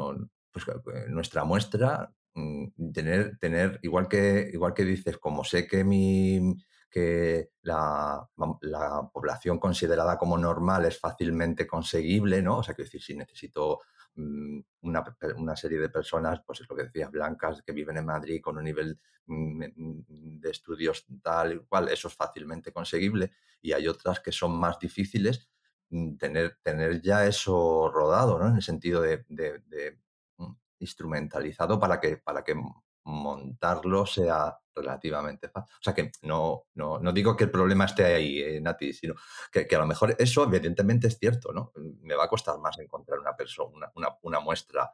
muestra, tener igual que dices, como sé que la población considerada como normal es fácilmente conseguible, ¿no? O sea, que decir, si necesito una serie de personas, pues es lo que decías, blancas, que viven en Madrid con un nivel de estudios tal y cual, eso es fácilmente conseguible, y hay otras que son más difíciles, tener ya eso rodado, ¿no? En el sentido de instrumentalizado para que montarlo sea relativamente fácil. O sea que no digo que el problema esté ahí, Nati, sino que a lo mejor eso evidentemente es cierto, ¿no? Me va a costar más encontrar una muestra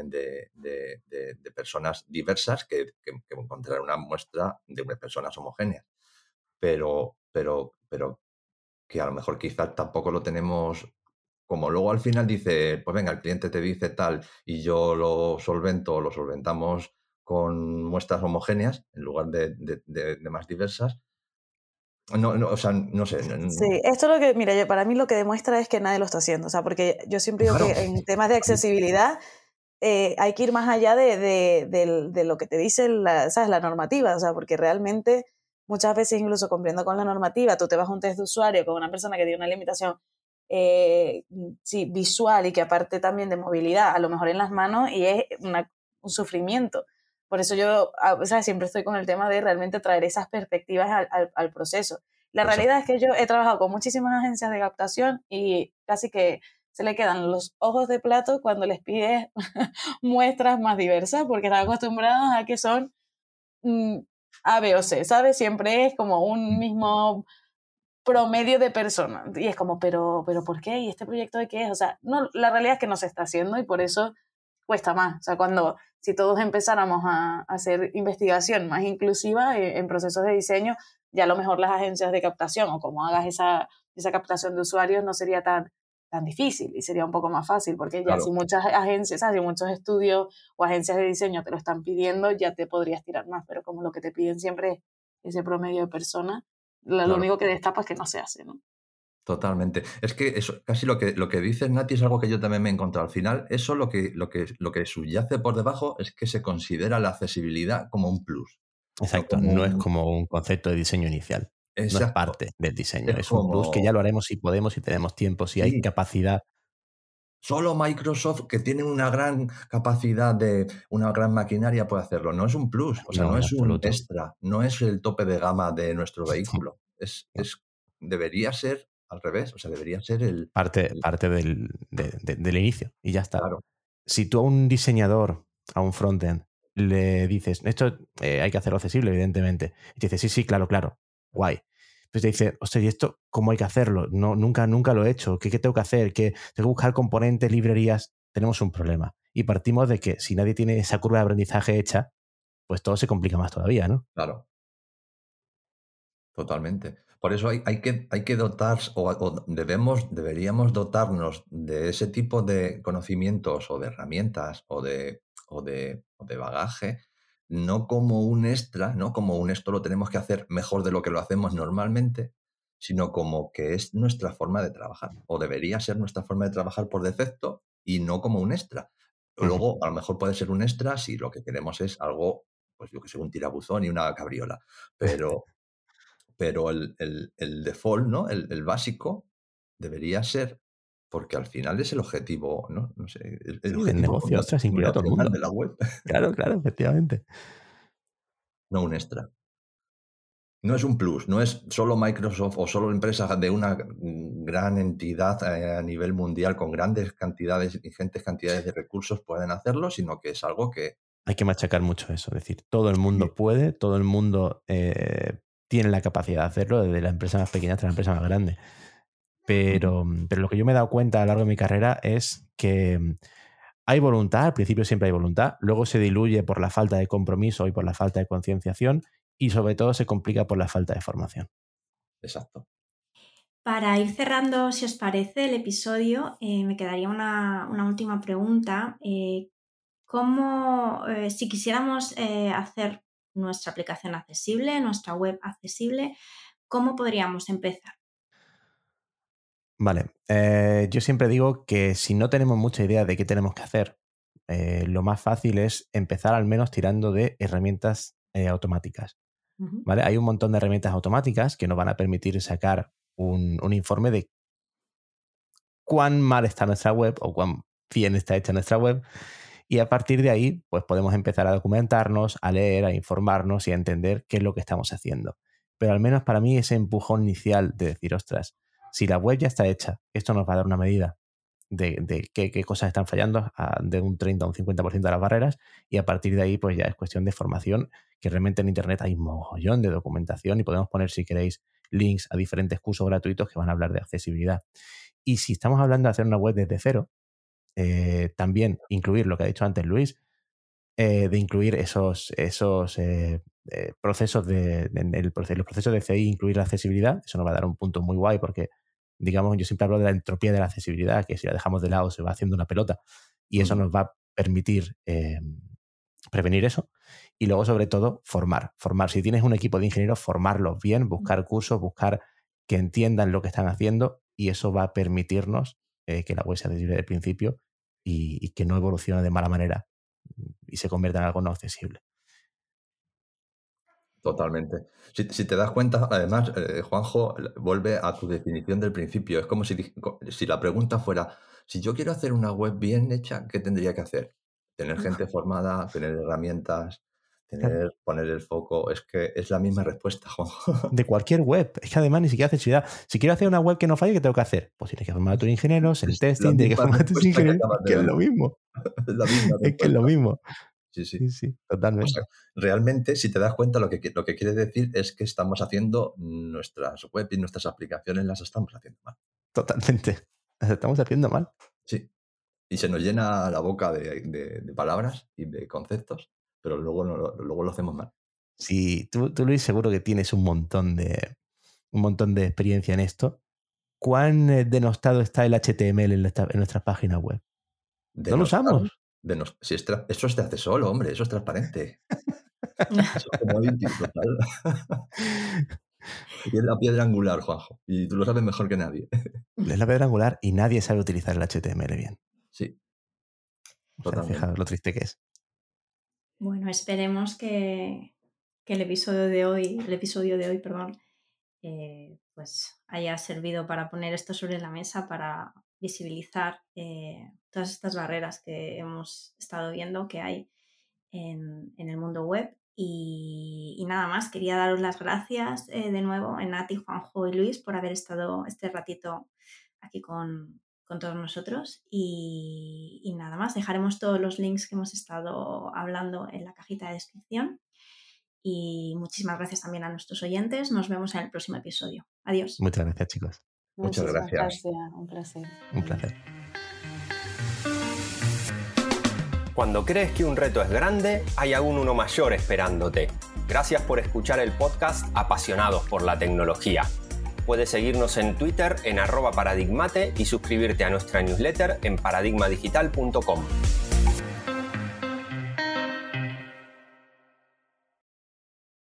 de personas diversas que encontrar una muestra de personas homogéneas. Pero que a lo mejor quizás tampoco lo tenemos, como luego al final dice, pues venga, el cliente te dice tal y yo lo solventamos con muestras homogéneas en lugar de más diversas. O sea, no sé. Sí, esto es lo que, mira, para mí lo que demuestra es que nadie lo está haciendo, o sea, porque yo siempre digo Claro. que en temas de accesibilidad hay que ir más allá de lo que te dice ¿sabes? La normativa, o sea, porque realmente muchas veces incluso cumpliendo con la normativa, tú te vas a un test de usuario con una persona que tiene una limitación visual y que aparte también de movilidad, a lo mejor en las manos, y es un sufrimiento. Por eso yo siempre estoy con el tema de realmente traer esas perspectivas al proceso. La realidad es que yo he trabajado con muchísimas agencias de captación y casi que se le quedan los ojos de plato cuando les pides muestras más diversas, porque están acostumbrados a que son A, B o C, ¿sabes? Siempre es como un mismo promedio de personas. Y es como, pero ¿por qué? ¿Y este proyecto de qué es? O sea, no, la realidad es que no se está haciendo y por eso cuesta más. O sea, si todos empezáramos a hacer investigación más inclusiva en procesos de diseño, ya a lo mejor las agencias de captación o como hagas esa captación de usuarios no sería tan difícil y sería un poco más fácil, porque ya Claro. Si muchas agencias, si muchos estudios o agencias de diseño te lo están pidiendo, ya te podrías tirar más, pero como lo que te piden siempre es ese promedio de personas, lo único que destapa es que no se hace, ¿no? Totalmente. Es que eso, casi lo que dices, Nati, es algo que yo también me he encontrado. Al final, eso lo que subyace por debajo es que se considera la accesibilidad como un plus. Exacto, como no es como un concepto de diseño inicial. Exacto. No es parte del diseño, Es es un plus que ya lo haremos si podemos, si tenemos tiempo, si hay capacidad Solo Microsoft, que tiene una gran capacidad una gran maquinaria, puede hacerlo. No es un plus, o sea, No, no en es un absoluto. extra, no es el tope de gama de nuestro vehículo. No. Debería ser al revés, o sea, debería ser Parte del inicio y ya está. claro, Si tú a un diseñador, a un frontend, le dices, esto hay que hacerlo accesible, evidentemente, y te dice, sí, sí, claro, claro, guay. Pues te dice, hostia, ¿y esto cómo hay que hacerlo? No, nunca lo he hecho. ¿Qué tengo que hacer? ¿Qué tengo que buscar componentes, librerías? Tenemos un problema. Y partimos de que si nadie tiene esa curva de aprendizaje hecha, pues todo se complica más todavía, ¿no? claro. Totalmente. Por eso hay que dotar o deberíamos dotarnos de ese tipo de conocimientos o de herramientas o de bagaje, no como un extra, no como un esto lo tenemos que hacer mejor de lo que lo hacemos normalmente, sino como que es nuestra forma de trabajar, o debería ser nuestra forma de trabajar por defecto y no como un extra. Ujú. Luego, a lo mejor puede ser un extra si lo que queremos es algo, pues yo que sé, un tirabuzón y una cabriola, pero el default, ¿no? El básico debería ser, porque al final es el objetivo, ¿no? No sé, el Sí, del objetivo negocio, ostras, incluir a todo el fundacional de mundo. la web, Claro, claro, efectivamente. no un extra. No es un plus, no es solo Microsoft o solo empresas de una gran entidad a nivel mundial con grandes cantidades, ingentes cantidades de recursos pueden hacerlo, sino que es algo que Hay que machacar mucho eso. Es decir, todo el sí, mundo puede, todo el mundo tiene la capacidad de hacerlo, desde la empresa más pequeña hasta la empresa más grande. ujú, Pero lo que yo me he dado cuenta a lo largo de mi carrera es que hay voluntad, al principio siempre hay voluntad, luego se diluye por la falta de compromiso y por la falta de concienciación y sobre todo se complica por la falta de formación. exacto. Para ir cerrando, si os parece, el episodio, me quedaría una última pregunta. Si quisiéramos hacer nuestra aplicación accesible, nuestra web accesible, ¿cómo podríamos empezar? Vale, yo siempre digo que si no tenemos mucha idea de qué tenemos que hacer, lo más fácil es empezar al menos tirando de herramientas automáticas. Ujú. ¿Vale? Hay un montón de herramientas automáticas que nos van a permitir sacar un informe de cuán mal está nuestra web o cuán bien está hecha nuestra web. Y a partir de ahí, pues podemos empezar a documentarnos, a leer, a informarnos y a entender qué es lo que estamos haciendo. Pero al menos para mí ese empujón inicial de decir, ostras, si la web ya está hecha, esto nos va a dar una medida de qué cosas están fallando, de un 30 a un 50% de las barreras, y a partir de ahí, pues ya es cuestión de formación, que realmente en Internet hay un mogollón de documentación y podemos poner, si queréis, links a diferentes cursos gratuitos que van a hablar de accesibilidad. Y si estamos hablando de hacer una web desde cero, también incluir lo que ha dicho antes Luis, de incluir esos procesos los procesos de CI, incluir la accesibilidad. Eso nos va a dar un punto muy guay porque, digamos, yo siempre hablo de la entropía de la accesibilidad, que si la dejamos de lado se va haciendo una pelota y eso Ujú, nos va a permitir prevenir eso. Y luego, sobre todo, formar. Si tienes un equipo de ingenieros, formarlos bien, buscar cursos, buscar que entiendan lo que están haciendo y eso va a permitirnos que la web sea accesible desde el principio y que no evolucione de mala manera y se convierta en algo no accesible. totalmente. Si te das cuenta, además, Juanjo, vuelve a tu definición del principio. Es como si la pregunta fuera, si yo quiero hacer una web bien hecha, ¿qué tendría que hacer? Tener Uf, gente formada, tener herramientas, Claro. poner el foco. Es que es la misma respuesta, Juanjo. De cualquier web. Es que además ni siquiera accesibilidad. Si quiero hacer una web que no falle, ¿qué tengo que hacer? Pues tienes que formar a tus ingenieros en Es la testing, tienes que misma formar a tus respuesta que ingenieros. Es acabas de que es dar. lo mismo. Es la misma Es que es lo respuesta. mismo. Sí, sí. Sí, sí, O sea, totalmente. realmente, si te das cuenta, lo que quiere decir es que estamos haciendo nuestras web y nuestras aplicaciones las estamos haciendo mal. Totalmente. Las estamos haciendo mal. Sí. Y se nos llena la boca de palabras y de conceptos, pero luego, luego lo hacemos mal. Sí, tú, Luis, seguro que tienes un montón de experiencia en esto. ¿Cuán denostado está el HTML en nuestras páginas web? No lo Denostado. usamos. Si eso te hace solo, hombre, eso es transparente. Eso es commodity total. Y es la piedra angular, Juanjo. Y tú lo sabes mejor que nadie. Es la piedra angular y nadie sabe utilizar el HTML bien. Sí, O sea, totalmente. fijaos lo triste que es. Bueno, esperemos que el episodio de hoy, perdón, pues haya servido para poner esto sobre la mesa visibilizar todas estas barreras que hemos estado viendo que hay en el mundo web. Y nada más, quería daros las gracias de nuevo, Nati, Juanjo y Luis, por haber estado este ratito aquí con todos nosotros. Y nada más, dejaremos todos los links que hemos estado hablando en la cajita de descripción. Y muchísimas gracias también a nuestros oyentes. Nos vemos en el próximo episodio. Adiós. Muchas gracias, chicos. Muchas gracias. Un placer. Un placer. Cuando crees que un reto es grande, hay aún uno mayor esperándote. Gracias por escuchar el podcast Apasionados por la Tecnología. Puedes seguirnos en Twitter en @paradigmate y suscribirte a nuestra newsletter en paradigmadigital.com.